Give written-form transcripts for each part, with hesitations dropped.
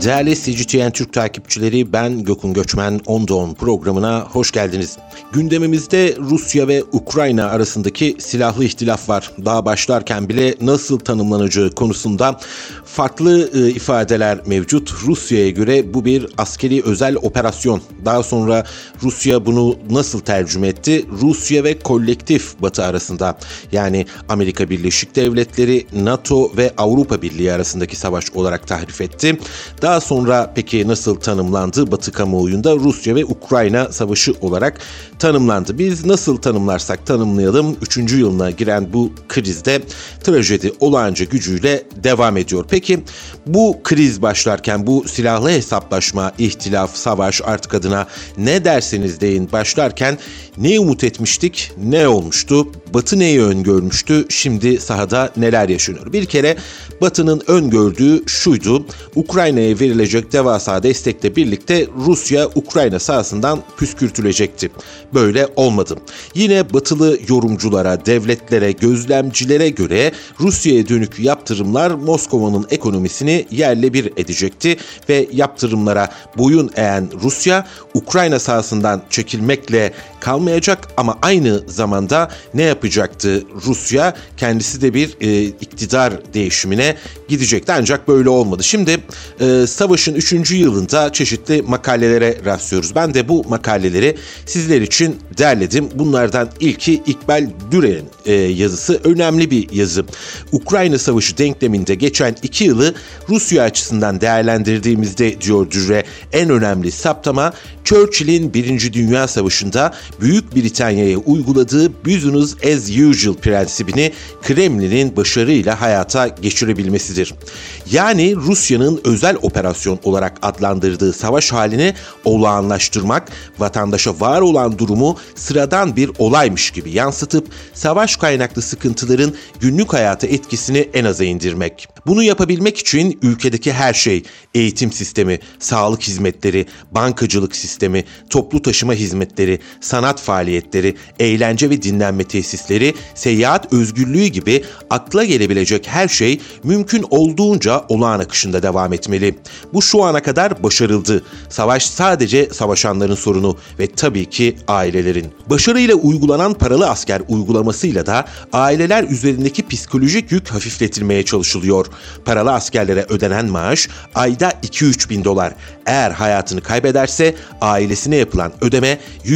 Değerli CGTN Türk takipçileri, ben Gökhan Göçmen, On The On programına hoş geldiniz. Gündemimizde Rusya ve Ukrayna arasındaki silahlı ihtilaf var. Daha başlarken bile nasıl tanımlanacağı konusunda farklı ifadeler mevcut. Rusya'ya göre bu bir askeri özel operasyon. Daha sonra Rusya bunu nasıl tercüme etti? Rusya ve kolektif Batı arasında, yani Amerika Birleşik Devletleri, NATO ve Avrupa Birliği arasındaki savaş olarak tahrif etti. Daha sonra peki nasıl tanımlandı? Batı kamuoyunda Rusya ve Ukrayna savaşı olarak tanımlandı. Biz nasıl tanımlarsak tanımlayalım, 3. yılına giren bu krizde trajedi olağanca gücüyle devam ediyor. Peki bu kriz başlarken, bu silahlı hesaplaşma, ihtilaf, savaş, artık adına ne derseniz deyin, başlarken ne umut etmiştik, ne olmuştu? Batı neyi öngörmüştü? Şimdi sahada neler yaşanıyor? Bir kere Batı'nın öngördüğü şuydu: Ukrayna'ya verilecek devasa destekle birlikte Rusya Ukrayna sahasından püskürtülecekti. Böyle olmadı. Yine batılı yorumculara, devletlere, gözlemcilere göre Rusya'ya dönük yaptırımlar Moskova'nın ekonomisini yerle bir edecekti ve yaptırımlara boyun eğen Rusya Ukrayna sahasından çekilmekle kalmayacak ama aynı zamanda ne yapacaktı Rusya? Kendisi de bir iktidar değişimine gidecekti, ancak böyle olmadı. Şimdi savaşın 3. yılında çeşitli makalelere rastlıyoruz. Ben de bu makaleleri sizler için derledim. Bunlardan ilki İkbal Dürer'in yazısı. Önemli bir yazı. Ukrayna Savaşı denkleminde geçen 2 yılı Rusya açısından değerlendirdiğimizde, diyor Dürer, en önemli saptama Churchill'in 1. Dünya Savaşı'nda Büyük Britanya'ya uyguladığı business as usual prensibini Kremlin'in başarıyla hayata geçirebilmesidir. Yani Rusya'nın özel operasyon olarak adlandırdığı savaş halini olağanlaştırmak, vatandaşa var olan durumu sıradan bir olaymış gibi yansıtıp savaş kaynaklı sıkıntıların günlük hayata etkisini en aza indirmek. Bunu yapabilmek için ülkedeki her şey, eğitim sistemi, sağlık hizmetleri, bankacılık sistemi, toplu taşıma hizmetleri, sanat faaliyetleri, eğlence ve dinlenme tesisleri, seyahat özgürlüğü gibi akla gelebilecek her şey mümkün olduğunca olağan akışında devam etmeli. Bu şu ana kadar başarıldı. Savaş sadece savaşanların sorunu ve tabii ki ailelerin. Başarıyla uygulanan paralı asker uygulamasıyla da aileler üzerindeki psikolojik yük hafifletilmeye çalışılıyor. Paralı askerlere ödenen maaş ayda 2-3 bin dolar. Eğer hayatını kaybederse ailesine yapılan ödeme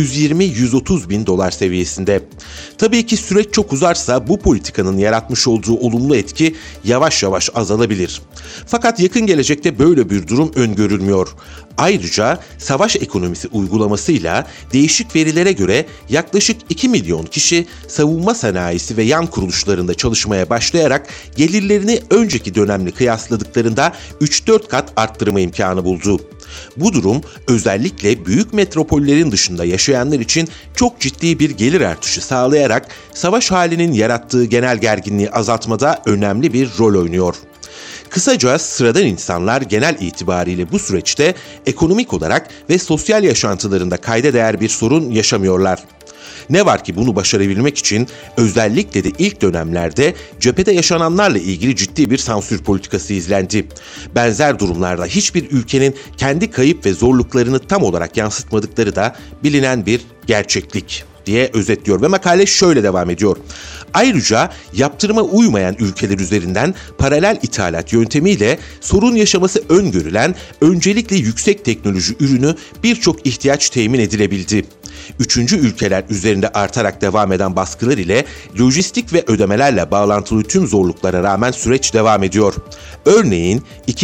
120-130 bin dolar seviyesinde. Tabii ki süreç çok uzarsa bu politikanın yaratmış olduğu olumlu etki yavaş yavaş azalabilir. Fakat yakın gelecekte böyle bir durum öngörülmüyor. Ayrıca savaş ekonomisi uygulamasıyla değişik verilere göre yaklaşık 2 milyon kişi savunma sanayisi ve yan kuruluşlarında çalışmaya başlayarak gelirlerini önceki dönemle kıyasladıklarında 3-4 kat arttırma imkanı buldu. Bu durum özellikle büyük metropollerin dışında yaşayanlar için çok ciddi bir gelir artışı sağlayarak savaş halinin yarattığı genel gerginliği azaltmada önemli bir rol oynuyor. Kısaca sıradan insanlar genel itibariyle bu süreçte ekonomik olarak ve sosyal yaşantılarında kayda değer bir sorun yaşamıyorlar. Ne var ki bunu başarabilmek için özellikle de ilk dönemlerde cephede yaşananlarla ilgili ciddi bir sansür politikası izlendi. Benzer durumlarda hiçbir ülkenin kendi kayıp ve zorluklarını tam olarak yansıtmadıkları da bilinen bir gerçeklik diye özetliyor ve makale şöyle devam ediyor. Ayrıca yaptırıma uymayan ülkeler üzerinden paralel ithalat yöntemiyle sorun yaşaması öngörülen öncelikle yüksek teknoloji ürünü birçok ihtiyaç temin edilebildi. Üçüncü ülkeler üzerinde artarak devam eden baskılar ile lojistik ve ödemelerle bağlantılı tüm zorluklara rağmen süreç devam ediyor. Örneğin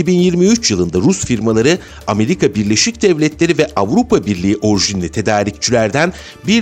2023 yılında Rus firmaları Amerika Birleşik Devletleri ve Avrupa Birliği orijinli tedarikçilerden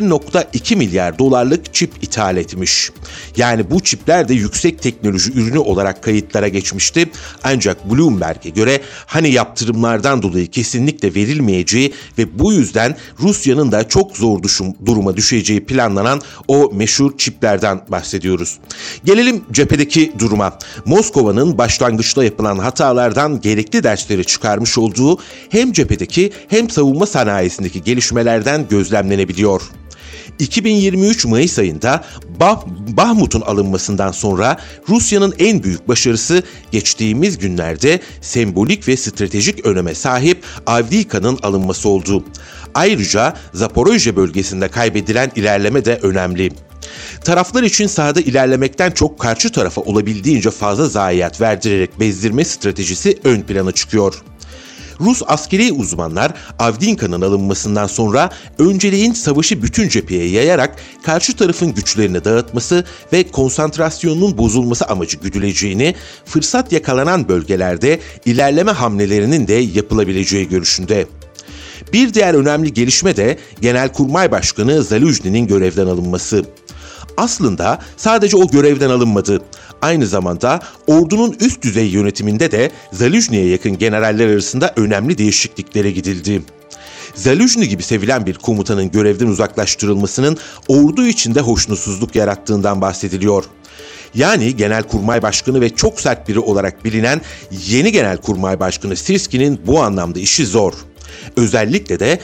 1,2 milyar dolarlık çip ithal etmiş. Yani bu çipler de yüksek teknoloji ürünü olarak kayıtlara geçmişti. Ancak Bloomberg'e göre hani yaptırımlardan dolayı kesinlikle verilmeyeceği ve bu yüzden Rusya'nın da çok zor duruma düşeceği planlanan o meşhur çiplerden bahsediyoruz. Gelelim cephedeki duruma. Moskova'nın başlangıçta yapılan hatalardan gerekli dersleri çıkarmış olduğu hem cephedeki hem savunma sanayisindeki gelişmelerden gözlemlenebiliyor. 2023 Mayıs ayında Bahmut'un alınmasından sonra Rusya'nın en büyük başarısı geçtiğimiz günlerde sembolik ve stratejik öneme sahip Avdiivka'nın alınması oldu. Ayrıca Zaporojye bölgesinde kaybedilen ilerleme de önemli. Taraflar için sahada ilerlemekten çok karşı tarafa olabildiğince fazla zayiat verdirerek bezdirme stratejisi ön plana çıkıyor. Rus askeri uzmanlar Avdiivka'nın alınmasından sonra önceliğin savaşı bütün cepheye yayarak karşı tarafın güçlerini dağıtması ve konsantrasyonunun bozulması amacı güdüleceğini, fırsat yakalanan bölgelerde ilerleme hamlelerinin de yapılabileceği görüşünde. Bir diğer önemli gelişme de Genelkurmay Başkanı Zaluzhnyi'nin görevden alınması. Aslında sadece o görevden alınmadı. Aynı zamanda ordunun üst düzey yönetiminde de Zaluzhnyi'ye yakın generaller arasında önemli değişikliklere gidildi. Zaluzhny gibi sevilen bir komutanın görevden uzaklaştırılmasının ordu içinde hoşnutsuzluk yarattığından bahsediliyor. Yani Genelkurmay Başkanı ve çok sert biri olarak bilinen yeni Genelkurmay Başkanı Sirski'nin bu anlamda işi zor. Özellikle de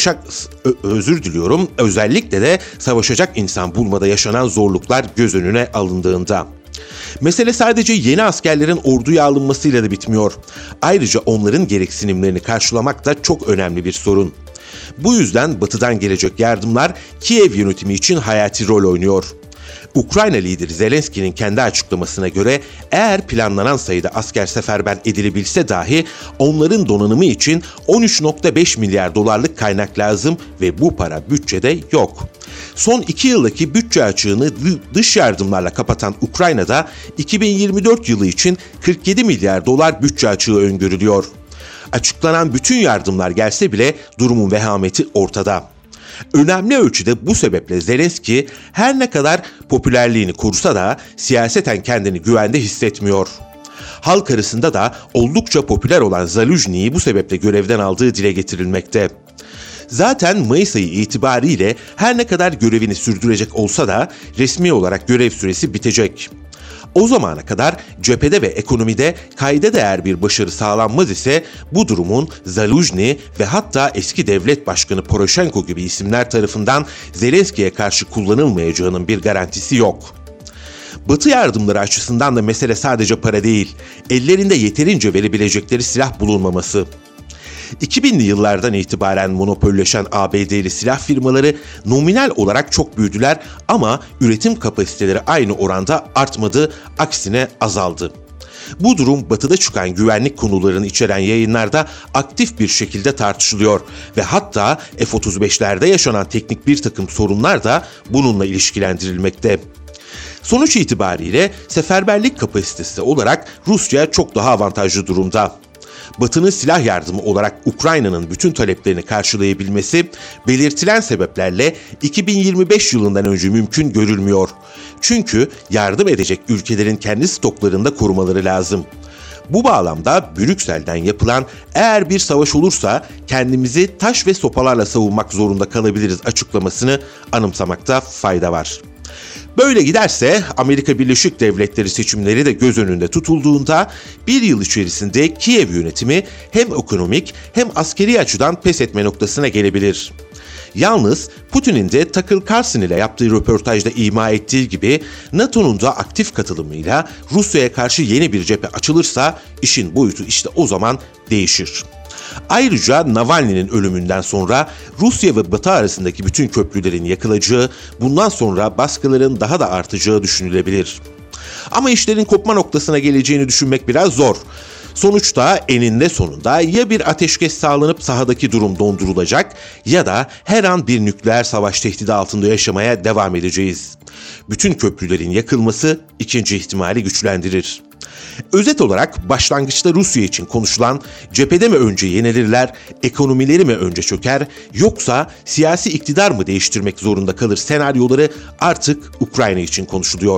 savaşacak insan bulmada yaşanan zorluklar göz önüne alındığında. Mesele sadece yeni askerlerin orduya alınmasıyla da bitmiyor. Ayrıca onların gereksinimlerini karşılamak da çok önemli bir sorun. Bu yüzden batıdan gelecek yardımlar Kiev yönetimi için hayati rol oynuyor. Ukrayna lideri Zelenski'nin kendi açıklamasına göre eğer planlanan sayıda asker seferber edilebilse dahi onların donanımı için 13,5 milyar dolarlık kaynak lazım ve bu para bütçede yok. Son 2 yıldaki bütçe açığını dış yardımlarla kapatan Ukrayna'da 2024 yılı için 47 milyar dolar bütçe açığı öngörülüyor. Açıklanan bütün yardımlar gelse bile durumun vehameti ortada. Önemli ölçüde bu sebeple Zelenski her ne kadar popülerliğini korusa da siyaseten kendini güvende hissetmiyor. Halk arasında da oldukça popüler olan Zaluzhny'yi bu sebeple görevden aldığı dile getirilmekte. Zaten Mayıs ayı itibariyle her ne kadar görevini sürdürecek olsa da resmi olarak görev süresi bitecek. O zamana kadar cephede ve ekonomide kayda değer bir başarı sağlanmaz ise bu durumun Zaluzhny ve hatta eski devlet başkanı Poroshenko gibi isimler tarafından Zelenski'ye karşı kullanılmayacağının bir garantisi yok. Batı yardımları açısından da mesele sadece para değil, ellerinde yeterince verebilecekleri silah bulunmaması. 2000'li yıllardan itibaren monopolleşen ABD'li silah firmaları nominal olarak çok büyüdüler ama üretim kapasiteleri aynı oranda artmadı, aksine azaldı. Bu durum batıda çıkan güvenlik konularını içeren yayınlarda aktif bir şekilde tartışılıyor ve hatta F-35'lerde yaşanan teknik bir takım sorunlar da bununla ilişkilendirilmekte. Sonuç itibariyle seferberlik kapasitesi olarak Rusya çok daha avantajlı durumda. Batı'nın silah yardımı olarak Ukrayna'nın bütün taleplerini karşılayabilmesi belirtilen sebeplerle 2025 yılından önce mümkün görülmüyor. Çünkü yardım edecek ülkelerin kendi stoklarında korumaları lazım. Bu bağlamda Brüksel'den yapılan eğer bir savaş olursa kendimizi taş ve sopalarla savunmak zorunda kalabiliriz açıklamasını anımsamakta fayda var. Böyle giderse Amerika Birleşik Devletleri seçimleri de göz önünde tutulduğunda bir yıl içerisinde Kiev yönetimi hem ekonomik hem askeri açıdan pes etme noktasına gelebilir. Yalnız Putin'in de Tucker Carlson ile yaptığı röportajda ima ettiği gibi NATO'nun da aktif katılımıyla Rusya'ya karşı yeni bir cephe açılırsa işin boyutu işte o zaman değişir. Ayrıca Navalny'nin ölümünden sonra Rusya ve Batı arasındaki bütün köprülerin yakılacağı, bundan sonra baskıların daha da artacağı düşünülebilir. Ama işlerin kopma noktasına geleceğini düşünmek biraz zor. Sonuçta eninde sonunda ya bir ateşkes sağlanıp sahadaki durum dondurulacak ya da her an bir nükleer savaş tehdidi altında yaşamaya devam edeceğiz. Bütün köprülerin yakılması ikinci ihtimali güçlendirir. Özet olarak başlangıçta Rusya için konuşulan cephede mi önce yenilirler, ekonomileri mi önce çöker yoksa siyasi iktidar mı değiştirmek zorunda kalır senaryoları artık Ukrayna için konuşuluyor.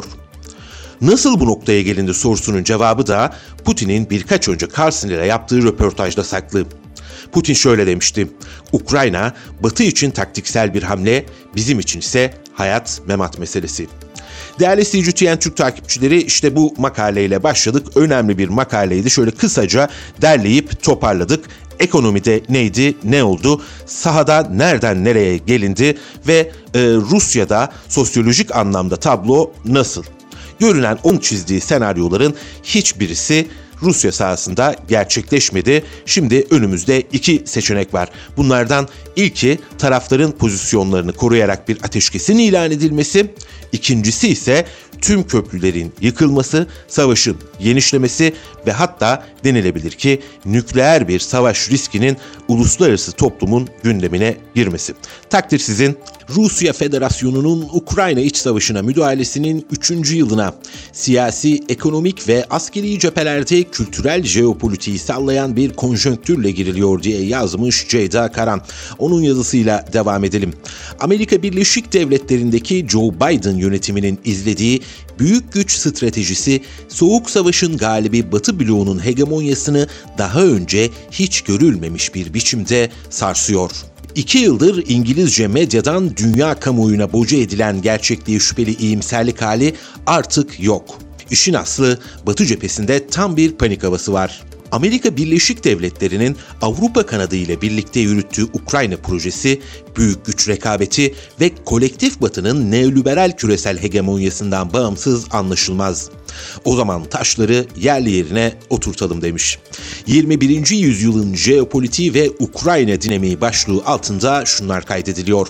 Nasıl bu noktaya gelindi sorusunun cevabı da Putin'in birkaç önce Carlson ile yaptığı röportajda saklı. Putin şöyle demişti: Ukrayna, Batı için taktiksel bir hamle, bizim için ise hayat memat meselesi. Değerli CGTN Türk takipçileri, işte bu makaleyle başladık. Önemli bir makaleydi. Şöyle kısaca derleyip toparladık. Ekonomide neydi, ne oldu, sahada nereden nereye gelindi ve Rusya'da sosyolojik anlamda tablo nasıl? Görünen onun çizdiği senaryoların hiçbirisi Rusya sahasında gerçekleşmedi. Şimdi önümüzde iki seçenek var. Bunlardan ilki tarafların pozisyonlarını koruyarak bir ateşkesin ilan edilmesi. İkincisi ise tüm köprülerin yıkılması, savaşın genişlemesi ve hatta denilebilir ki nükleer bir savaş riskinin uluslararası toplumun gündemine girmesi. Takdir sizin. Rusya Federasyonu'nun Ukrayna iç savaşına müdahalesinin 3. yılına siyasi, ekonomik ve askeri cephelerde kültürel jeopolitiği sallayan bir konjonktürle giriliyor diye yazmış Ceyda Karan. Onun yazısıyla devam edelim. Amerika Birleşik Devletleri'ndeki Joe Biden yönetiminin izlediği büyük güç stratejisi Soğuk Savaş'ın galibi Batı bloğunun hegemonyasını daha önce hiç görülmemiş bir biçimde sarsıyor. 2 yıldır İngilizce medyadan dünya kamuoyuna boca edilen gerçekliği şüpheli iyimserlik hali artık yok. İşin aslı Batı cephesinde tam bir panik havası var. Amerika Birleşik Devletleri'nin Avrupa kanadı ile birlikte yürüttüğü Ukrayna projesi, büyük güç rekabeti ve kolektif Batı'nın neoliberal küresel hegemonyasından bağımsız anlaşılmaz. O zaman taşları yerli yerine oturtalım demiş. 21. yüzyılın jeopolitiği ve Ukrayna dinamiği başlığı altında şunlar kaydediliyor.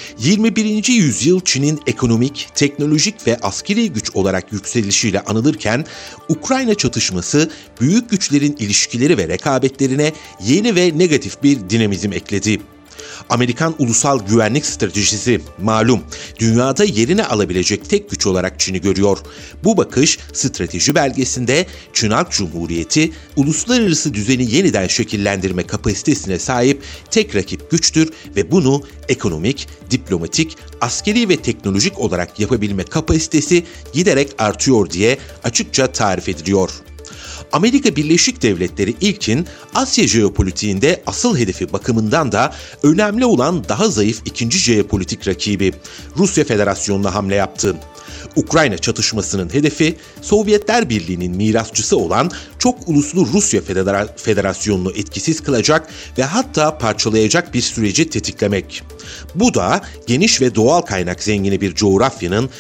21. yüzyıl Çin'in ekonomik, teknolojik ve askeri güç olarak yükselişiyle anılırken, Ukrayna çatışması büyük güçlerin ilişkileri ve rekabetlerine yeni ve negatif bir dinamizm ekledi. Amerikan ulusal güvenlik stratejisi malum dünyada yerini alabilecek tek güç olarak Çin'i görüyor. Bu bakış strateji belgesinde Çin Halk Cumhuriyeti uluslararası düzeni yeniden şekillendirme kapasitesine sahip tek rakip güçtür ve bunu ekonomik, diplomatik, askeri ve teknolojik olarak yapabilme kapasitesi giderek artıyor diye açıkça tarif ediliyor. Amerika Birleşik Devletleri ilkin Asya jeopolitiğinde asıl hedefi bakımından da önemli olan daha zayıf ikinci jeopolitik rakibi Rusya Federasyonu'na hamle yaptı. Ukrayna çatışmasının hedefi Sovyetler Birliği'nin mirasçısı olan çok uluslu Rusya Federasyonu'nu etkisiz kılacak ve hatta parçalayacak bir süreci tetiklemek. Bu da geniş ve doğal kaynak zengini bir coğrafyanın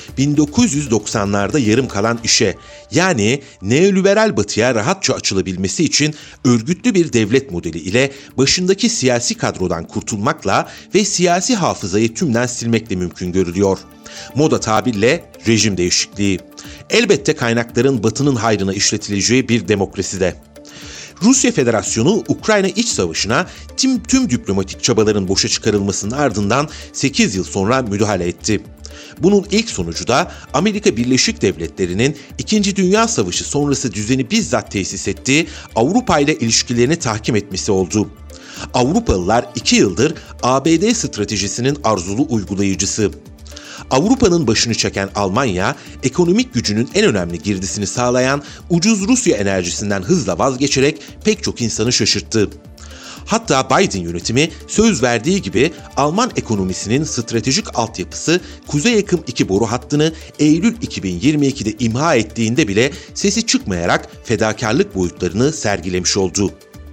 1990'larda yarım kalan işe, yani neoliberal batıya rahatça açılabilmesi için örgütlü bir devlet modeli ile başındaki siyasi kadrodan kurtulmakla ve siyasi hafızayı tümden silmekle mümkün görülüyor. Moda tabirle rejim değişikliği. Elbette kaynakların Batı'nın hayrına işletileceği bir demokraside. Rusya Federasyonu Ukrayna iç savaşına tüm diplomatik çabaların boşa çıkarılmasının ardından 8 yıl sonra müdahale etti. Bunun ilk sonucu da Amerika Birleşik Devletleri'nin 2. Dünya Savaşı sonrası düzeni bizzat tesis ettiği Avrupa ile ilişkilerini tahkim etmesi oldu. Avrupalılar 2 yıldır ABD stratejisinin arzulu uygulayıcısı. Avrupa'nın başını çeken Almanya, ekonomik gücünün en önemli girdisini sağlayan ucuz Rusya enerjisinden hızla vazgeçerek pek çok insanı şaşırttı. Hatta Biden yönetimi söz verdiği gibi Alman ekonomisinin stratejik altyapısı Kuzey Akım 2 boru hattını Eylül 2022'de imha ettiğinde bile sesi çıkmayarak fedakarlık boyutlarını sergilemiş oldu.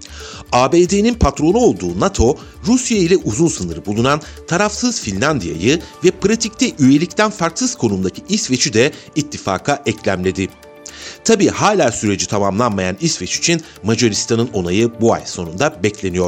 ABD'nin patronu olduğu NATO, Rusya ile uzun sınırı bulunan tarafsız Finlandiya'yı ve pratikte üyelikten farksız konumdaki İsveç'i de ittifaka eklemledi. Tabii hala süreci tamamlanmayan İsveç için Macaristan'ın onayı bu ay sonunda bekleniyor.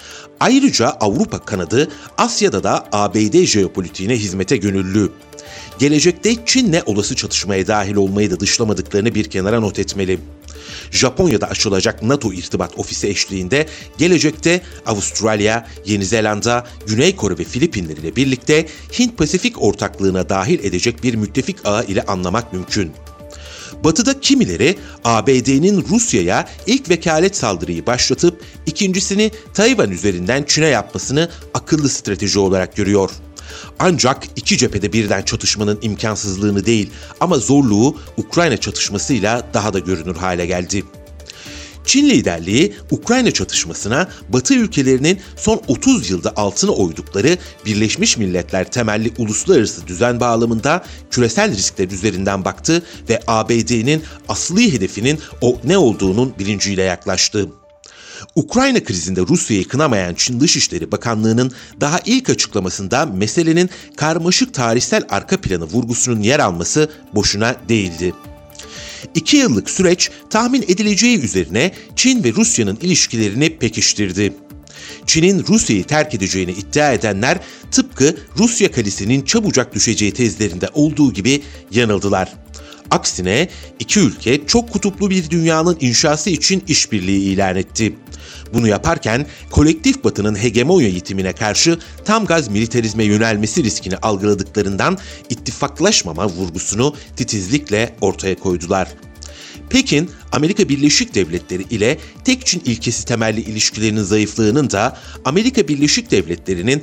Ayrıca Avrupa kanadı Asya'da da ABD jeopolitiğine hizmete gönüllü. Gelecekte Çin'le olası çatışmaya dahil olmayı da dışlamadıklarını bir kenara not etmeli. Japonya'da açılacak NATO irtibat ofisi eşliğinde gelecekte Avustralya, Yeni Zelanda, Güney Kore ve Filipinler ile birlikte Hint-Pasifik ortaklığına dahil edecek bir müttefik ağı ile anlamak mümkün. Batı'da kimileri ABD'nin Rusya'ya ilk vekalet saldırıyı başlatıp ikincisini Tayvan üzerinden Çin'e yapmasını akıllı strateji olarak görüyor. Ancak iki cephede birden çatışmanın imkansızlığını değil ama zorluğu Ukrayna çatışmasıyla daha da görünür hale geldi. Çin liderliği Ukrayna çatışmasına Batı ülkelerinin son 30 yılda altına oydukları Birleşmiş Milletler temelli uluslararası düzen bağlamında küresel riskler üzerinden baktı ve ABD'nin asli hedefinin o ne olduğunun bilinciyle yaklaştı. Ukrayna krizinde Rusya'yı kınamayan Çin Dışişleri Bakanlığı'nın daha ilk açıklamasında meselenin karmaşık tarihsel arka planı vurgusunun yer alması boşuna değildi. 2 yıllık süreç tahmin edileceği üzerine Çin ve Rusya'nın ilişkilerini pekiştirdi. Çin'in Rusya'yı terk edeceğini iddia edenler tıpkı Rusya kalesinin çabucak düşeceği tezlerinde olduğu gibi yanıldılar. Aksine iki ülke çok kutuplu bir dünyanın inşası için işbirliği ilan etti. Bunu yaparken kolektif Batı'nın hegemonya yitimine karşı tam gaz militarizme yönelmesi riskini algıladıklarından ittifaklaşmama vurgusunu titizlikle ortaya koydular. Pekin, Amerika Birleşik Devletleri ile tek Çin ilkesi temelli ilişkilerinin zayıflığının da Amerika Birleşik Devletleri'nin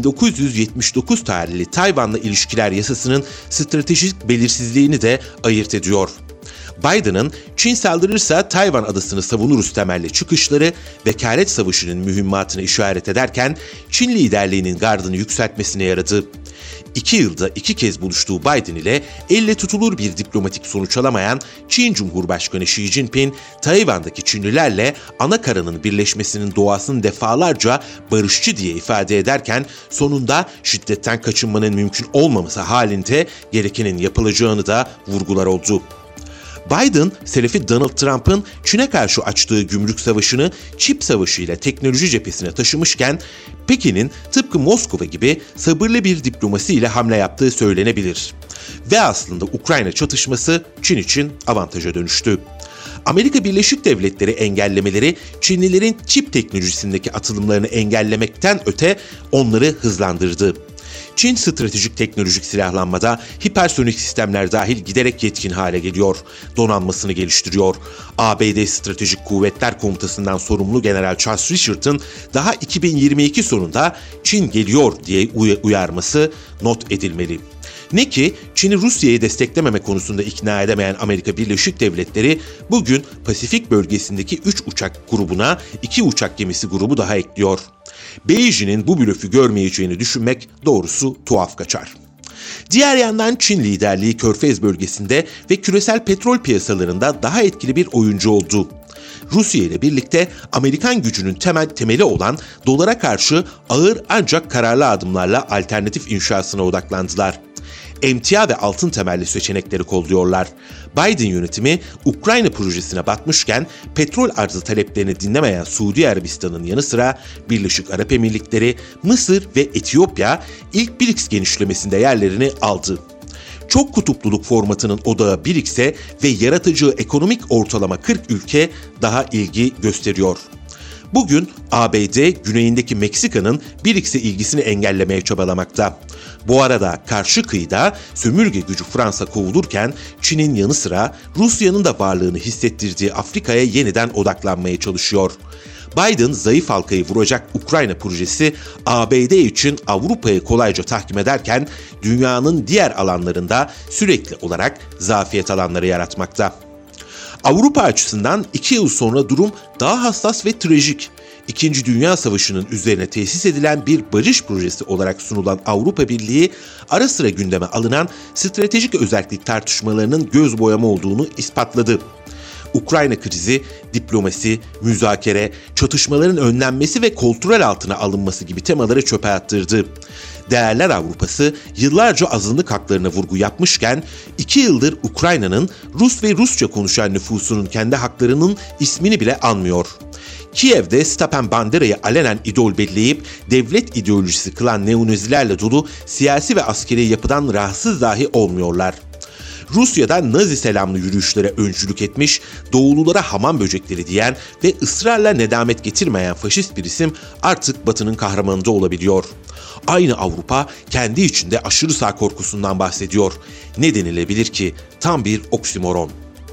1979 tarihli Tayvan'la ilişkiler yasasının stratejik belirsizliğini de ayırt ediyor. Biden'ın Çin saldırırsa Tayvan adasını savunuruz temelli çıkışları vekalet savaşının mühimmatını işaret ederken Çin liderliğinin gardını yükseltmesine yaradı. 2 yılda 2 kez buluştuğu Biden ile elle tutulur bir diplomatik sonuç alamayan Çin Cumhurbaşkanı Xi Jinping, Tayvan'daki Çinlilerle ana karanın birleşmesinin doğasını defalarca barışçı diye ifade ederken sonunda şiddetten kaçınmanın mümkün olmaması halinde gerekenin yapılacağını da vurgular oldu. Biden, selefi Donald Trump'ın Çin'e karşı açtığı gümrük savaşını çip savaşı ile teknoloji cephesine taşımışken, Pekin'in tıpkı Moskova gibi sabırlı bir diplomasi ile hamle yaptığı söylenebilir. Ve aslında Ukrayna çatışması Çin için avantaja dönüştü. Amerika Birleşik Devletleri engellemeleri Çinlilerin çip teknolojisindeki atılımlarını engellemekten öte onları hızlandırdı. Çin stratejik teknolojik silahlanmada hipersonik sistemler dahil giderek yetkin hale geliyor, donanmasını geliştiriyor. ABD Stratejik Kuvvetler Komutası'ndan sorumlu General Charles Richard'ın daha 2022 sonunda Çin geliyor diye uyarması not edilmeli. Ne ki Çin'i Rusya'yı desteklememe konusunda ikna edemeyen Amerika Birleşik Devletleri bugün Pasifik bölgesindeki 3 uçak grubuna 2 uçak gemisi grubu daha ekliyor. Beijing'in bu blöfü görmeyeceğini düşünmek doğrusu tuhaf kaçar. Diğer yandan Çin liderliği Körfez bölgesinde ve küresel petrol piyasalarında daha etkili bir oyuncu oldu. Rusya ile birlikte Amerikan gücünün temeli olan dolara karşı ağır ancak kararlı adımlarla alternatif inşasına odaklandılar. Emtia ve altın temelli seçenekleri kolluyorlar. Biden yönetimi Ukrayna projesine batmışken petrol arzı taleplerini dinlemeyen Suudi Arabistan'ın yanı sıra Birleşik Arap Emirlikleri, Mısır ve Etiyopya ilk BRICS genişlemesinde yerlerini aldı. Çok kutupluluk formatının odağı BRICS'e ve yaratıcı ekonomik ortalama 40 ülke daha ilgi gösteriyor. Bugün ABD güneyindeki Meksika'nın BRICS'e ilgisini engellemeye çabalamakta. Bu arada karşı kıyıda sömürge gücü Fransa kovulurken Çin'in yanı sıra Rusya'nın da varlığını hissettirdiği Afrika'ya yeniden odaklanmaya çalışıyor. Biden zayıf halkayı vuracak Ukrayna projesi ABD için Avrupa'yı kolayca tahkim ederken dünyanın diğer alanlarında sürekli olarak zafiyet alanları yaratmakta. Avrupa açısından 2 yıl sonra durum daha hassas ve trajik. İkinci Dünya Savaşı'nın üzerine tesis edilen bir barış projesi olarak sunulan Avrupa Birliği, ara sıra gündeme alınan stratejik özellik tartışmalarının göz boyama olduğunu ispatladı. Ukrayna krizi, diplomasi, müzakere, çatışmaların önlenmesi ve kontrol altına alınması gibi temaları çöpe attırdı. Değerler Avrupası yıllarca azınlık haklarına vurgu yapmışken 2 yıldır Ukrayna'nın Rus ve Rusça konuşan nüfusunun kendi haklarının ismini bile anmıyor. Kiev'de Stepan Bandera'yı alenen idol belleyip devlet ideolojisi kılan neonazilerle dolu siyasi ve askeri yapıdan rahatsız dahi olmuyorlar. Rusya'da Nazi selamlı yürüyüşlere öncülük etmiş, doğululara hamam böcekleri diyen ve ısrarla nedamet getirmeyen faşist bir isim artık Batı'nın kahramanında olabiliyor. Aynı Avrupa kendi içinde aşırı sağ korkusundan bahsediyor. Ne denilebilir ki? Tam bir oksimoron.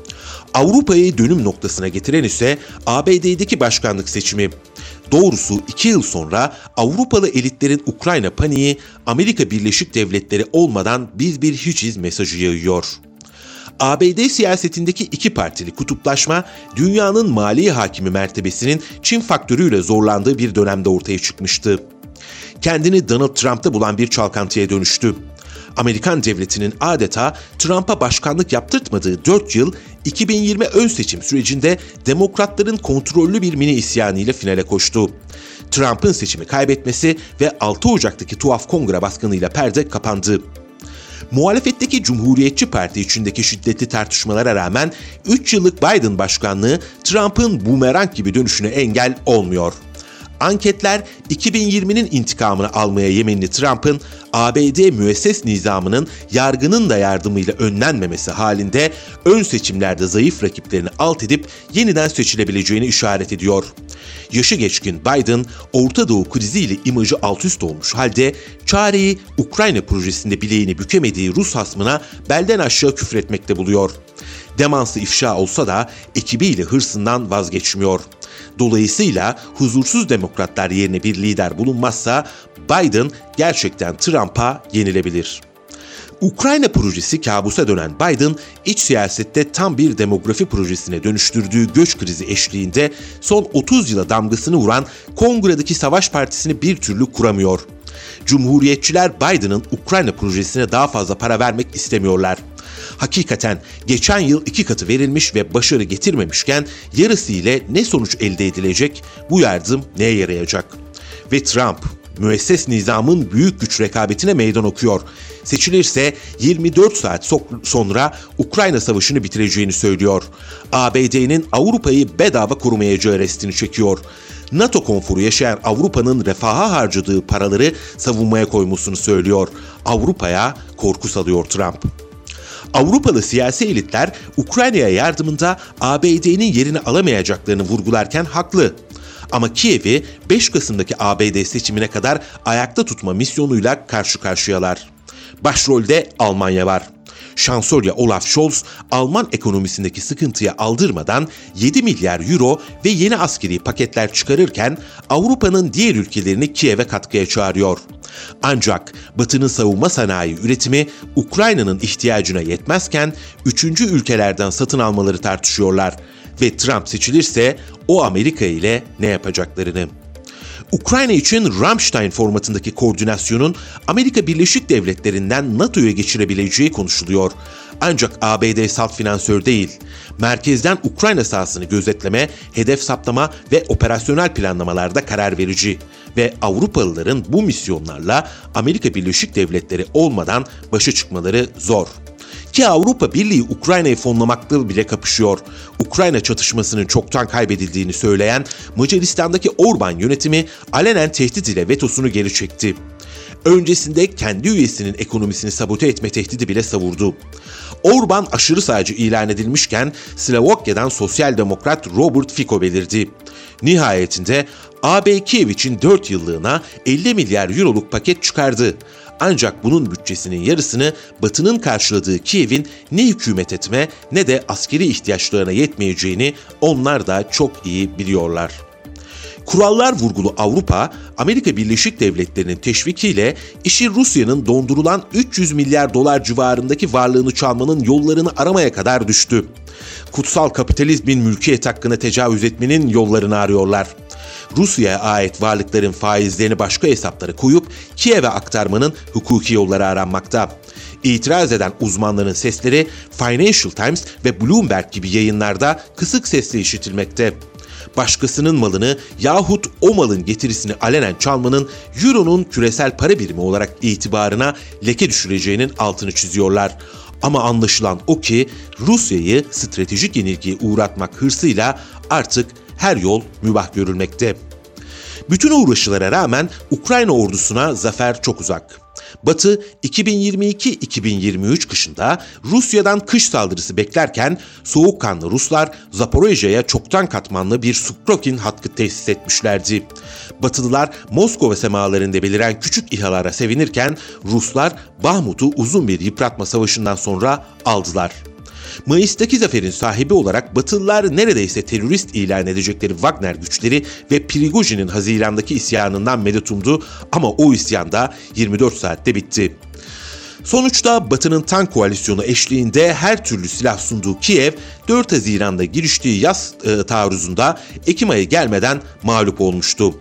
Avrupa'yı dönüm noktasına getiren ise ABD'deki başkanlık seçimi. Doğrusu 2 yıl sonra Avrupalı elitlerin Ukrayna paniği Amerika Birleşik Devletleri olmadan biz bir hiçiz mesajı yayıyor. ABD siyasetindeki 2 partili kutuplaşma dünyanın mali hakimi mertebesinin Çin faktörüyle zorlandığı bir dönemde ortaya çıkmıştı. Kendini Donald Trump'ta bulan bir çalkantıya dönüştü. Amerikan devletinin adeta Trump'a başkanlık yaptırtmadığı 4 yıl 2020 ön seçim sürecinde demokratların kontrollü bir mini isyanıyla finale koştu. Trump'ın seçimi kaybetmesi ve 6 Ocak'taki tuhaf kongre baskınıyla perde kapandı. Muhalefetteki Cumhuriyetçi Parti içindeki şiddetli tartışmalara rağmen 3 yıllık Biden başkanlığı Trump'ın bumerang gibi dönüşüne engel olmuyor. Anketler 2020'nin intikamını almaya yeminli Trump'ın ABD müesses nizamının yargının da yardımıyla önlenmemesi halinde ön seçimlerde zayıf rakiplerini alt edip yeniden seçilebileceğini işaret ediyor. Yaşı geçkin Biden, Orta Doğu kriziyle imajı alt üst olmuş halde çareyi Ukrayna projesinde bileğini bükemediği Rus hasmına belden aşağı küfretmekte buluyor. Demansı ifşa olsa da ekibiyle hırsından vazgeçmiyor. Dolayısıyla huzursuz demokratlar yerine bir lider bulunmazsa Biden gerçekten Trump'a yenilebilir. Ukrayna projesi kabusa dönen Biden, iç siyasette tam bir demografi projesine dönüştürdüğü göç krizi eşliğinde son 30 yıla damgasını vuran Kongre'deki Savaş Partisi'ni bir türlü kuramıyor. Cumhuriyetçiler Biden'ın Ukrayna projesine daha fazla para vermek istemiyorlar. Hakikaten geçen yıl 2 katı verilmiş ve başarı getirmemişken yarısı ile ne sonuç elde edilecek, bu yardım neye yarayacak? Ve Trump, müesses nizamın büyük güç rekabetine meydan okuyor. Seçilirse 24 saat sonra Ukrayna savaşını bitireceğini söylüyor. ABD'nin Avrupa'yı bedava korumayacağı restini çekiyor. NATO konforu yaşayan Avrupa'nın refaha harcadığı paraları savunmaya koymasını söylüyor. Avrupa'ya korku salıyor Trump. Avrupalı siyasi elitler Ukrayna'ya yardımında ABD'nin yerini alamayacaklarını vurgularken haklı. Ama Kiev'i 5 Kasım'daki ABD seçimine kadar ayakta tutma misyonuyla karşı karşıyalar. Başrolde Almanya var. Şansölye Olaf Scholz, Alman ekonomisindeki sıkıntıya aldırmadan 7 milyar euro ve yeni askeri paketler çıkarırken Avrupa'nın diğer ülkelerini Kiev'e katkıya çağırıyor. Ancak Batı'nın savunma sanayi üretimi Ukrayna'nın ihtiyacına yetmezken 3. ülkelerden satın almaları tartışıyorlar ve Trump seçilirse o Amerika ile ne yapacaklarını. Ukrayna için Ramstein formatındaki koordinasyonun Amerika Birleşik Devletleri'nden NATO'ya geçirebileceği konuşuluyor. Ancak ABD salt finansör değil. Merkezden Ukrayna sahasını gözetleme, hedef saptama ve operasyonel planlamalarda karar verici. Ve Avrupalıların bu misyonlarla Amerika Birleşik Devletleri olmadan başa çıkmaları zor. Ki Avrupa Birliği Ukrayna'yı fonlamakla bile kapışıyor. Ukrayna çatışmasının çoktan kaybedildiğini söyleyen Macaristan'daki Orban yönetimi alenen tehdit ile vetosunu geri çekti. Öncesinde kendi üyesinin ekonomisini sabote etme tehdidi bile savurdu. Orban aşırı sağcı ilan edilmişken Slovakya'dan sosyal demokrat Robert Fico belirdi. Nihayetinde AB Kiev için 4 yıllığına 50 milyar euroluk paket çıkardı. Ancak bunun bütçesinin yarısını Batı'nın karşıladığı Kiev'in ne hükümet etme ne de askeri ihtiyaçlarına yetmeyeceğini onlar da çok iyi biliyorlar. Kurallar vurgulu Avrupa, Amerika Birleşik Devletleri'nin teşvikiyle işi Rusya'nın dondurulan 300 milyar dolar civarındaki varlığını çalmanın yollarını aramaya kadar düştü. Kutsal kapitalizmin mülkiyet hakkına tecavüz etmenin yollarını arıyorlar. Rusya'ya ait varlıkların faizlerini başka hesaplara koyup Kiev'e aktarmanın hukuki yolları aranmakta. İtiraz eden uzmanların sesleri Financial Times ve Bloomberg gibi yayınlarda kısık sesle işitilmekte. Başkasının malını yahut o malın getirisini alenen çalmanın Euro'nun küresel para birimi olarak itibarına leke düşüreceğinin altını çiziyorlar. Ama anlaşılan o ki Rusya'yı stratejik yenilgiye uğratmak hırsıyla artık her yol mübah görülmekte. Bütün uğraşılara rağmen Ukrayna ordusuna zafer çok uzak. Batı 2022-2023 kışında Rusya'dan kış saldırısı beklerken soğukkanlı Ruslar Zaporojye'ye çoktan katmanlı bir Sukrokin hattı tesis etmişlerdi. Batılılar Moskova semalarında beliren küçük İHA'lara sevinirken Ruslar Bahmut'u uzun bir yıpratma savaşından sonra aldılar. Mayıs'taki zaferin sahibi olarak Batılılar neredeyse terörist ilan edecekleri Wagner güçleri ve Prigojin'in Haziran'daki isyanından medet umdu ama o isyan da 24 saatte bitti. Sonuçta Batı'nın tank koalisyonu eşliğinde her türlü silah sunduğu Kiev, 4 Haziran'da giriştiği yaz taarruzunda Ekim ayı gelmeden mağlup olmuştu.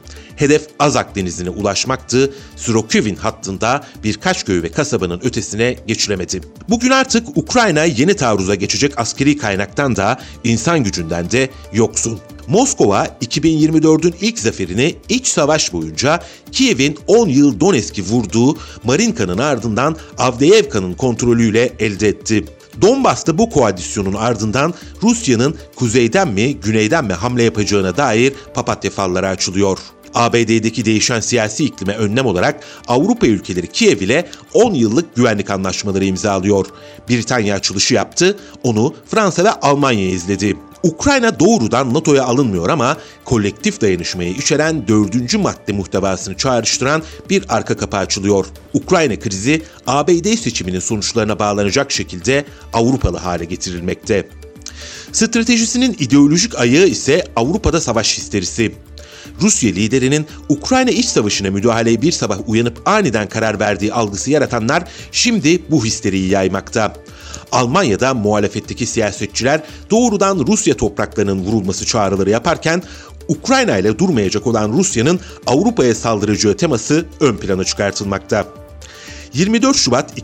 Hedef Azak Denizi'ne ulaşmaktı. Srokyvin hattında birkaç köy ve kasabanın ötesine geçilemedi. Bugün artık Ukrayna yeni taarruza geçecek askeri kaynaktan da insan gücünden de yoksun. Moskova 2024'ün ilk zaferini iç savaş boyunca Kiev'in 10 yıl Donetsk'i vurduğu Marinka'nın ardından Avdiivka'nın kontrolüyle elde etti. Donbas'ta bu koalisyonun ardından Rusya'nın kuzeyden mi güneyden mi hamle yapacağına dair papatya falları açılıyor. ABD'deki değişen siyasi iklime önlem olarak Avrupa ülkeleri Kiev ile 10 yıllık güvenlik anlaşmaları imzalıyor. Britanya açılışı yaptı, onu Fransa ve Almanya izledi. Ukrayna doğrudan NATO'ya alınmıyor ama kolektif dayanışmayı içeren 4. madde muhtevasını çağrıştıran bir arka kapı açılıyor. Ukrayna krizi ABD seçiminin sonuçlarına bağlanacak şekilde Avrupalı hale getirilmekte. Stratejisinin ideolojik ayağı ise Avrupa'da savaş histerisi. Rusya liderinin Ukrayna iç savaşına müdahaleye bir sabah uyanıp aniden karar verdiği algısı yaratanlar şimdi bu histeriyi yaymakta. Almanya'da muhalefetteki siyasetçiler doğrudan Rusya topraklarının vurulması çağrıları yaparken Ukrayna ile durmayacak olan Rusya'nın Avrupa'ya saldıracağı teması ön plana çıkartılmakta. 24 Şubat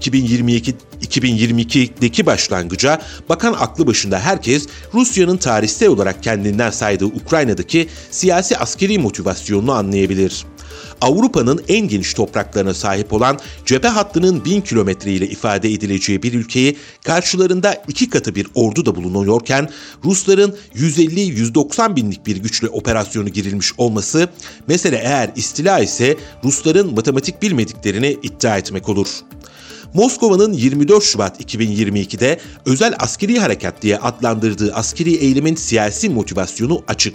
2022'deki başlangıca bakan aklı başında herkes Rusya'nın tarihsel olarak kendinden saydığı Ukrayna'daki siyasi askeri motivasyonunu anlayabilir. Avrupa'nın en geniş topraklarına sahip olan cephe hattının 1000 kilometre ile ifade edileceği bir ülkeyi karşılarında 2 katı bir ordu da bulunuyorken Rusların 150-190 binlik bir güçle operasyonu girilmiş olması, mesele eğer istila ise Rusların matematik bilmediklerini iddia etmek olur. Moskova'nın 24 Şubat 2022'de özel askeri harekat diye adlandırdığı askeri eylemin siyasi motivasyonu açık.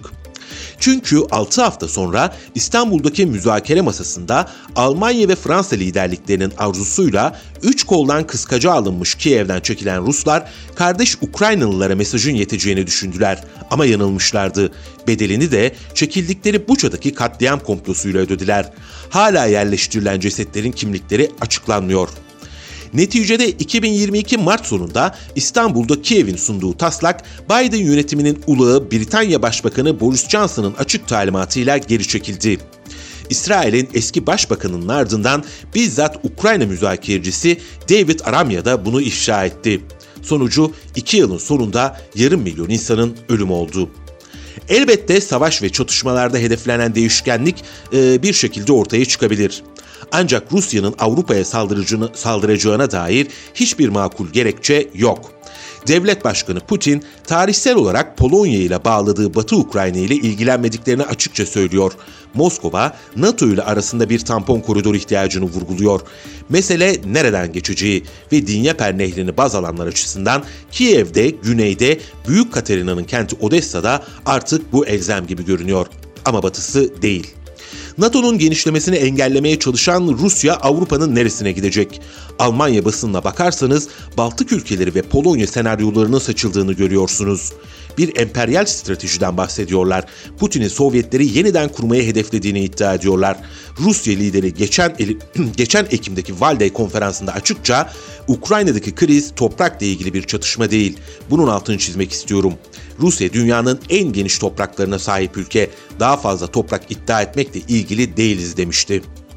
Çünkü 6 hafta sonra İstanbul'daki müzakere masasında Almanya ve Fransa liderliklerinin arzusuyla 3 koldan kıskaca alınmış Kiev'den çekilen Ruslar kardeş Ukraynalılara mesajın yeteceğini düşündüler ama yanılmışlardı. Bedelini de çekildikleri Buça'daki katliam komplosuyla ödediler. Hala yerleştirilen cesetlerin kimlikleri açıklanmıyor. Neticede 2022 Mart sonunda İstanbul'da Kiev'in sunduğu taslak, Biden yönetiminin ulağı Britanya Başbakanı Boris Johnson'ın açık talimatıyla geri çekildi. İsrail'in eski başbakanının ardından bizzat Ukrayna müzakerecisi David Aramya da bunu ifşa etti. Sonucu 2 yılın sonunda 500.000 insanın ölümü oldu. Elbette savaş ve çatışmalarda hedeflenen değişkenlik bir şekilde ortaya çıkabilir. Ancak Rusya'nın Avrupa'ya saldıracağına dair hiçbir makul gerekçe yok. Devlet Başkanı Putin, tarihsel olarak Polonya ile bağladığı Batı Ukrayna ile ilgilenmediklerini açıkça söylüyor. Moskova, NATO ile arasında bir tampon koridor ihtiyacını vurguluyor. Mesele nereden geçeceği ve Dnyeper Nehri'ni baz alanlar açısından Kiev'de, güneyde, Büyük Katerina'nın kenti Odessa'da artık bu elzem gibi görünüyor. Ama batısı değil. NATO'nun genişlemesini engellemeye çalışan Rusya Avrupa'nın neresine gidecek? Almanya basınına bakarsanız Baltık ülkeleri ve Polonya senaryolarının saçıldığını görüyorsunuz. Bir emperyal stratejiden bahsediyorlar. Putin'in Sovyetleri yeniden kurmayı hedeflediğini iddia ediyorlar. Rusya lideri geçen Ekim'deki Valdey konferansında açıkça Ukrayna'daki kriz toprakla ilgili bir çatışma değil. Bunun altını çizmek istiyorum. Rusya dünyanın en geniş topraklarına sahip ülke. Daha fazla toprak iddia etmekle ilgili değiliz demişti.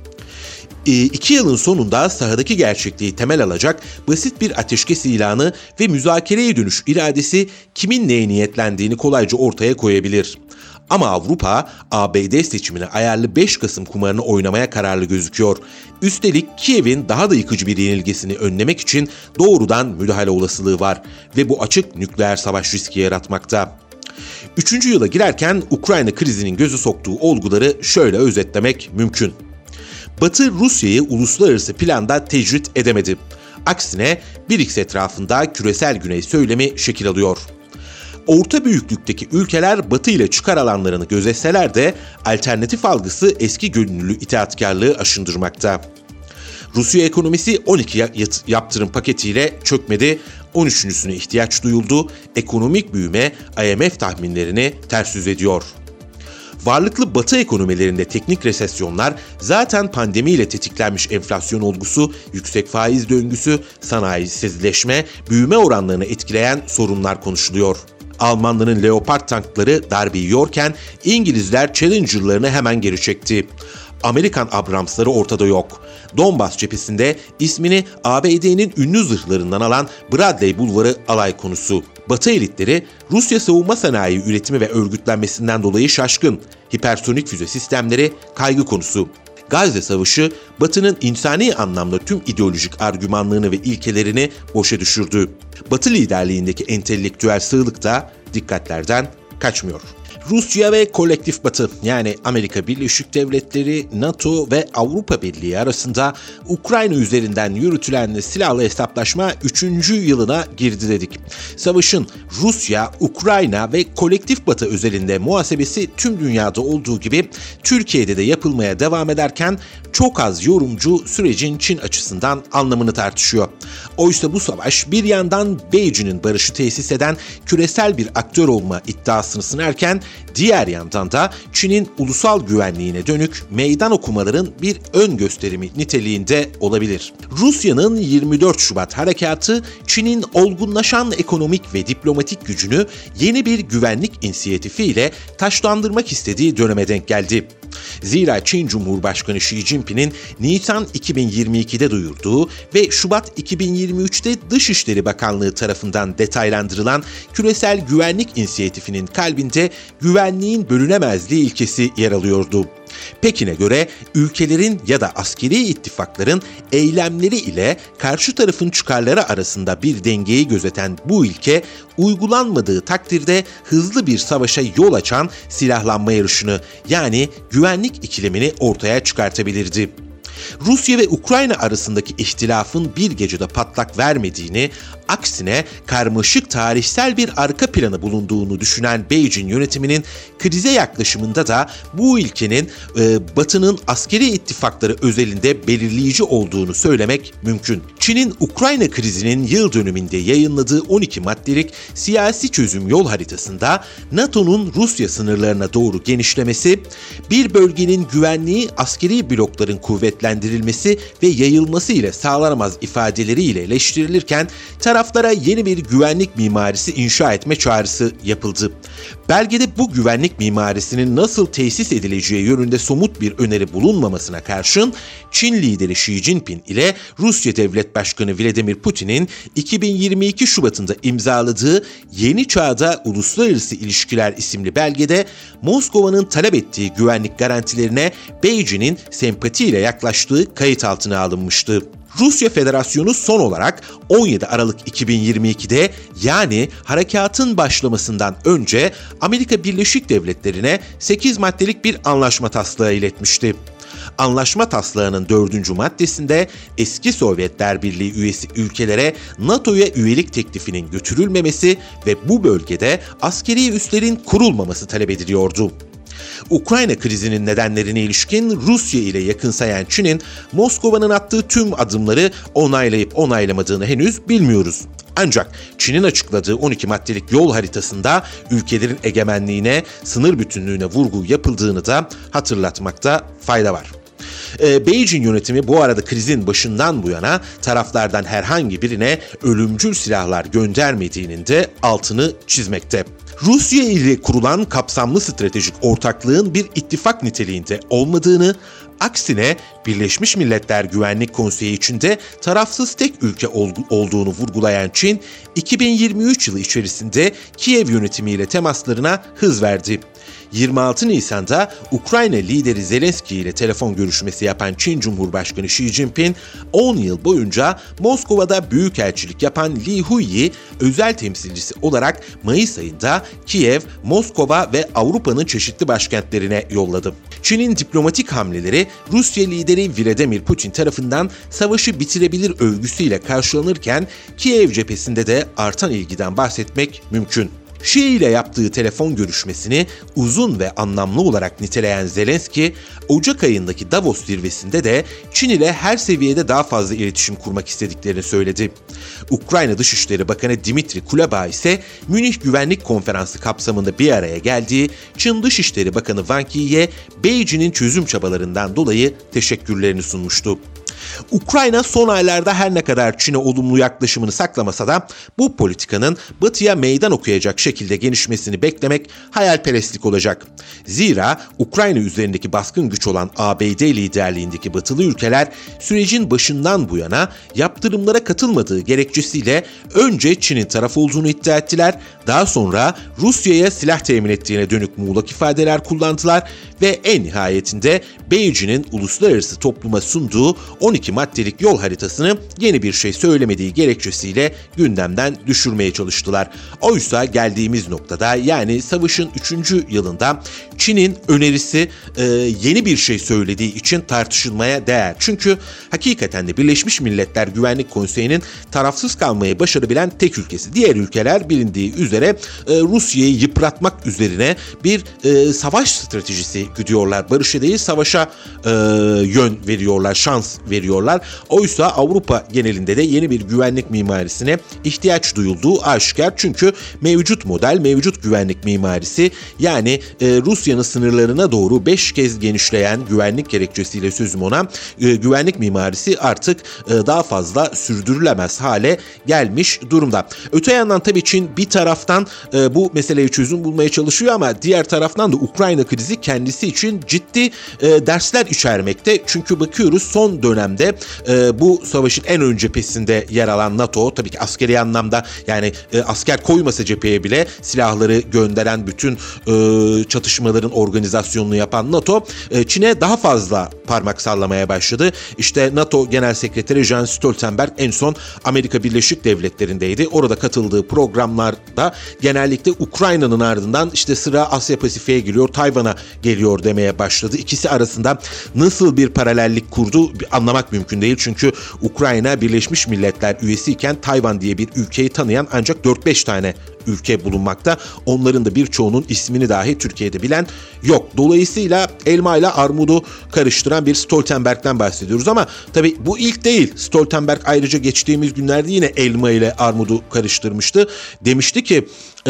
2 yılın sonunda sahadaki gerçekliği temel alacak basit bir ateşkes ilanı ve müzakereye dönüş iradesi kimin neye niyetlendiğini kolayca ortaya koyabilir. Ama Avrupa, ABD seçimine ayarlı 5 Kasım kumarını oynamaya kararlı gözüküyor. Üstelik Kiev'in daha da yıkıcı bir yenilgisini önlemek için doğrudan müdahale olasılığı var ve bu açık nükleer savaş riski yaratmakta. 3. yıla girerken Ukrayna krizinin gözü soktuğu olguları şöyle özetlemek mümkün. Batı Rusya'yı uluslararası planda tecrit edemedi. Aksine BRICS etrafında küresel güney söylemi şekil alıyor. Orta büyüklükteki ülkeler Batı ile çıkar alanlarını gözetseler de alternatif algısı eski gönüllü itaatkarlığı aşındırmakta. Rusya ekonomisi 12 yaptırım paketiyle çökmedi, 13.süne ihtiyaç duyuldu, ekonomik büyüme IMF tahminlerini ters yüz ediyor. Varlıklı Batı ekonomilerinde teknik resesyonlar, zaten pandemiyle tetiklenmiş enflasyon olgusu, yüksek faiz döngüsü, sanayisizleşme, büyüme oranlarını etkileyen sorunlar konuşuluyor. Almanların Leopard tankları darbe yiyorken İngilizler Challenger'larını hemen geri çekti. Amerikan Abrams'ları ortada yok. Donbas cephesinde ismini ABD'nin ünlü zırhlarından alan Bradley Bulvarı alay konusu. Batı elitleri Rusya savunma sanayi üretimi ve örgütlenmesinden dolayı şaşkın. Hipersonik füze sistemleri kaygı konusu. Gazze Savaşı, Batı'nın insani anlamda tüm ideolojik argümanlığını ve ilkelerini boşa düşürdü. Batı liderliğindeki entelektüel sığlık da dikkatlerden kaçmıyor. Rusya ve kolektif Batı yani Amerika Birleşik Devletleri, NATO ve Avrupa Birliği arasında Ukrayna üzerinden yürütülen silahlı hesaplaşma 3. yılına girdi dedik. Savaşın Rusya, Ukrayna ve kolektif Batı özelinde muhasebesi tüm dünyada olduğu gibi Türkiye'de de yapılmaya devam ederken çok az yorumcu sürecin Çin açısından anlamını tartışıyor. Oysa bu savaş bir yandan Beijing'in barışı tesis eden küresel bir aktör olma iddiasını sınarken diğer yandan da Çin'in ulusal güvenliğine dönük meydan okumaların bir ön gösterimi niteliğinde olabilir. Rusya'nın 24 Şubat harekatı Çin'in olgunlaşan ekonomik ve diplomatik gücünü yeni bir güvenlik inisiyatifiyle taşlandırmak istediği döneme denk geldi. Zira Çin Cumhurbaşkanı Xi Jinping'in Nisan 2022'de duyurduğu ve Şubat 2023'te Dışişleri Bakanlığı tarafından detaylandırılan küresel güvenlik inisiyatifinin kalbinde güvenliğin bölünemezliği ilkesi yer alıyordu. Pekin'e göre ülkelerin ya da askeri ittifakların eylemleri ile karşı tarafın çıkarları arasında bir dengeyi gözeten bu ilke uygulanmadığı takdirde hızlı bir savaşa yol açan silahlanma yarışını yani güvenlik ikilemini ortaya çıkartabilirdi. Rusya ve Ukrayna arasındaki ihtilafın bir gecede patlak vermediğini, aksine karmaşık tarihsel bir arka planı bulunduğunu düşünen Beijing yönetiminin krize yaklaşımında da bu ilkenin Batı'nın askeri ittifakları özelinde belirleyici olduğunu söylemek mümkün. Çin'in Ukrayna krizinin yıl dönümünde yayınladığı 12 maddelik siyasi çözüm yol haritasında NATO'nun Rusya sınırlarına doğru genişlemesi, bir bölgenin güvenliği askeri blokların kuvvetlendirilmesi ve yayılması ile sağlanamaz ifadeleriyle eleştirilirken taraflara yeni bir güvenlik mimarisi inşa etme çağrısı yapıldı. Belgede bu güvenlik mimarisinin nasıl tesis edileceği yönünde somut bir öneri bulunmamasına karşın Çin lideri Xi Jinping ile Rusya Devlet Başkanı Vladimir Putin'in 2022 Şubat'ında imzaladığı Yeni Çağda Uluslararası İlişkiler isimli belgede Moskova'nın talep ettiği güvenlik garantilerine Beijing'in sempatiyle yaklaştığı kayıt altına alınmıştı. Rusya Federasyonu son olarak 17 Aralık 2022'de yani harekatın başlamasından önce Amerika Birleşik Devletleri'ne 8 maddelik bir anlaşma taslağı iletmişti. Anlaşma taslağının 4. maddesinde eski Sovyetler Birliği üyesi ülkelere NATO'ya üyelik teklifinin götürülmemesi ve bu bölgede askeri üslerin kurulmaması talep ediliyordu. Ukrayna krizinin nedenlerine ilişkin Rusya ile yakınsayan Çin'in Moskova'nın attığı tüm adımları onaylayıp onaylamadığını henüz bilmiyoruz. Ancak Çin'in açıkladığı 12 maddelik yol haritasında ülkelerin egemenliğine, sınır bütünlüğüne vurgu yapıldığını da hatırlatmakta fayda var. Beijing yönetimi bu arada krizin başından bu yana taraflardan herhangi birine ölümcül silahlar göndermediğinin de altını çizmekte. Rusya ile kurulan kapsamlı stratejik ortaklığın bir ittifak niteliğinde olmadığını, aksine Birleşmiş Milletler Güvenlik Konseyi içinde tarafsız tek ülke olduğunu vurgulayan Çin, 2023 yılı içerisinde Kiev yönetimiyle temaslarına hız verdi. 26 Nisan'da Ukrayna lideri Zelenski ile telefon görüşmesi yapan Çin Cumhurbaşkanı Xi Jinping, 10 yıl boyunca Moskova'da büyükelçilik yapan Li Huiyi özel temsilcisi olarak Mayıs ayında Kiev, Moskova ve Avrupa'nın çeşitli başkentlerine yolladı. Çin'in diplomatik hamleleri Rusya lideri Vladimir Putin tarafından savaşı bitirebilir övgüsüyle karşılanırken Kiev cephesinde de artan ilgiden bahsetmek mümkün. Xi ile yaptığı telefon görüşmesini uzun ve anlamlı olarak niteleyen Zelenski, Ocak ayındaki Davos zirvesinde de Çin ile her seviyede daha fazla iletişim kurmak istediklerini söyledi. Ukrayna Dışişleri Bakanı Dmitri Kuleba ise Münih Güvenlik Konferansı kapsamında bir araya geldiği Çin Dışişleri Bakanı Wang Yi'ye Beijing'in çözüm çabalarından dolayı teşekkürlerini sunmuştu. Ukrayna son aylarda her ne kadar Çin'e olumlu yaklaşımını saklamasa da bu politikanın Batı'ya meydan okuyacak şekilde gelişmesini beklemek hayalperestlik olacak. Zira Ukrayna üzerindeki baskın güç olan ABD liderliğindeki Batılı ülkeler sürecin başından bu yana yaptırımlara katılmadığı gerekçesiyle önce Çin'in taraf olduğunu iddia ettiler, daha sonra Rusya'ya silah temin ettiğine dönük muğlak ifadeler kullandılar ve en nihayetinde Beijing'in uluslararası topluma sunduğu 12 maddelik yol haritasını yeni bir şey söylemediği gerekçesiyle gündemden düşürmeye çalıştılar. Oysa geldiğimiz noktada, yani savaşın 3. yılında Çin'in önerisi yeni bir şey söylediği için tartışılmaya değer. Çünkü hakikaten de Birleşmiş Milletler Güvenlik Konseyi'nin tarafsız kalmayı başarabilen tek ülkesi. Diğer ülkeler bilindiği üzere Rusya'yı yıpratmak üzerine bir savaş stratejisi güdüyorlar. Barışa değil, savaşa yön veriyorlar, şans veriyorlar. Oysa Avrupa genelinde de yeni bir güvenlik mimarisine ihtiyaç duyulduğu aşikar. Çünkü mevcut model, mevcut güvenlik mimarisi, yani Rusya'nın sınırlarına doğru 5 kez genişleyen güvenlik gerekçesiyle sözüm ona, güvenlik mimarisi artık daha fazla sürdürülemez hale gelmiş durumda. Öte yandan tabii Çin bir taraftan bu meseleye çözüm bulmaya çalışıyor ama diğer taraftan da Ukrayna krizi kendisi için ciddi dersler içermekte. Çünkü bakıyoruz son dönemde bu savaşın en ön cephesinde yer alan NATO, tabii ki askeri anlamda, yani asker koymasa cepheye bile silahları gönderen, bütün çatışmaların organizasyonunu yapan NATO, Çin'e daha fazla parmak sallamaya başladı. İşte NATO Genel Sekreteri Jens Stoltenberg en son Amerika Birleşik Devletleri'ndeydi. Orada katıldığı programlarda genellikle Ukrayna'nın ardından işte sıra Asya Pasifik'e giriyor, Tayvan'a geliyor demeye başladı. İkisi arasında nasıl bir paralellik kurdu anlamak mümkün değil. Çünkü Ukrayna Birleşmiş Milletler üyesiyken Tayvan diye bir ülkeyi tanıyan ancak 4-5 tane ülke bulunmakta. Onların da birçoğunun ismini dahi Türkiye'de bilen yok. Dolayısıyla elma ile armudu karıştıran bir Stoltenberg'den bahsediyoruz ama tabii bu ilk değil. Stoltenberg ayrıca geçtiğimiz günlerde yine elma ile armudu karıştırmıştı. Demişti ki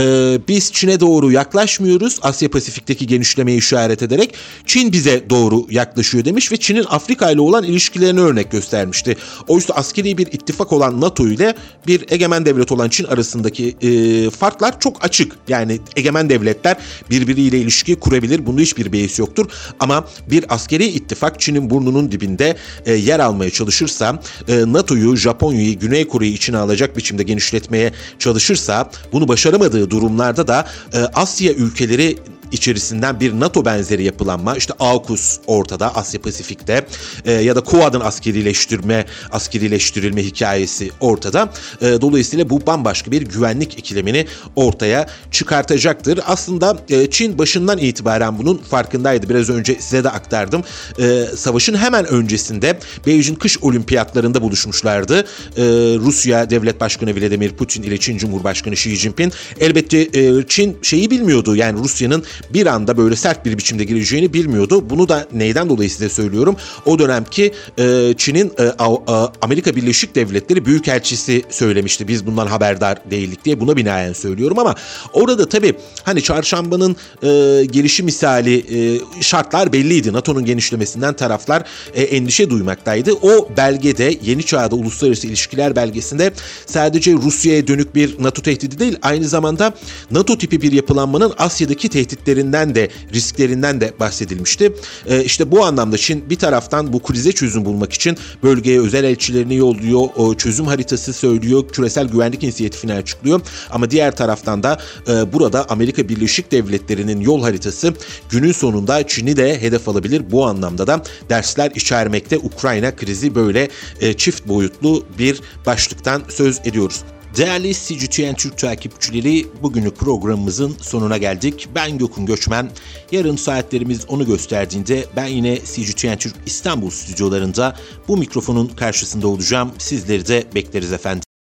biz Çin'e doğru yaklaşmıyoruz, Asya Pasifik'teki genişlemeyi işaret ederek Çin bize doğru yaklaşıyor demiş ve Çin'in Afrika ile olan ilişkilerini örnek göstermişti. Oysa askeri bir ittifak olan NATO ile bir egemen devlet olan Çin arasındaki farklar çok açık. Yani egemen devletler birbiriyle ilişki kurabilir, bunda hiçbir beis yoktur. Ama bir askeri ittifak Çin'in burnunun dibinde yer almaya çalışırsa, NATO'yu, Japonya'yı, Güney Kore'yi içine alacak biçimde genişletmeye çalışırsa, bunu başaramadığı durumlarda da Asya ülkeleri içerisinden bir NATO benzeri yapılanma, işte AUKUS ortada Asya Pasifik'te ya da Quad'ın askerileştirilme hikayesi ortada. Dolayısıyla bu bambaşka bir güvenlik ikilemini ortaya çıkartacaktır. Aslında Çin başından itibaren bunun farkındaydı. Biraz önce size de aktardım. Savaşın hemen öncesinde Beijing kış olimpiyatlarında buluşmuşlardı. Rusya Devlet Başkanı Vladimir Putin ile Çin Cumhurbaşkanı Xi Jinping. Elbette Çin şeyi bilmiyordu, yani Rusya'nın bir anda böyle sert bir biçimde gireceğini bilmiyordu. Bunu da neyden dolayı size söylüyorum. O dönemki Çin'in Amerika Birleşik Devletleri Büyükelçisi söylemişti. Biz bundan haberdar değildik diye, buna binaen söylüyorum ama orada tabii hani çarşambanın gelişi misali şartlar belliydi. NATO'nun genişlemesinden taraflar endişe duymaktaydı. O belgede, Yeni Çağda Uluslararası İlişkiler belgesinde sadece Rusya'ya dönük bir NATO tehdidi değil, aynı zamanda NATO tipi bir yapılanmanın Asya'daki tehditlerinden de, risklerinden de bahsedilmişti. İşte bu anlamda Çin bir taraftan bu krize çözüm bulmak için bölgeye özel elçilerini yolluyor, o çözüm haritası söylüyor, küresel güvenlik inisiyatifini açıklıyor. Ama diğer taraftan da burada Amerika Birleşik Devletleri'nin yol haritası günün sonunda Çin'i de hedef alabilir. Bu anlamda da dersler içermekte. Ukrayna krizi böyle çift boyutlu bir başlıktan söz ediyoruz. Değerli CGTN Türk takipçileri, bugünlük programımızın sonuna geldik. Ben Gökhan Göçmen. Yarın saatlerimiz onu gösterdiğinde ben yine CGTN Türk İstanbul stüdyolarında bu mikrofonun karşısında olacağım. Sizleri de bekleriz efendim.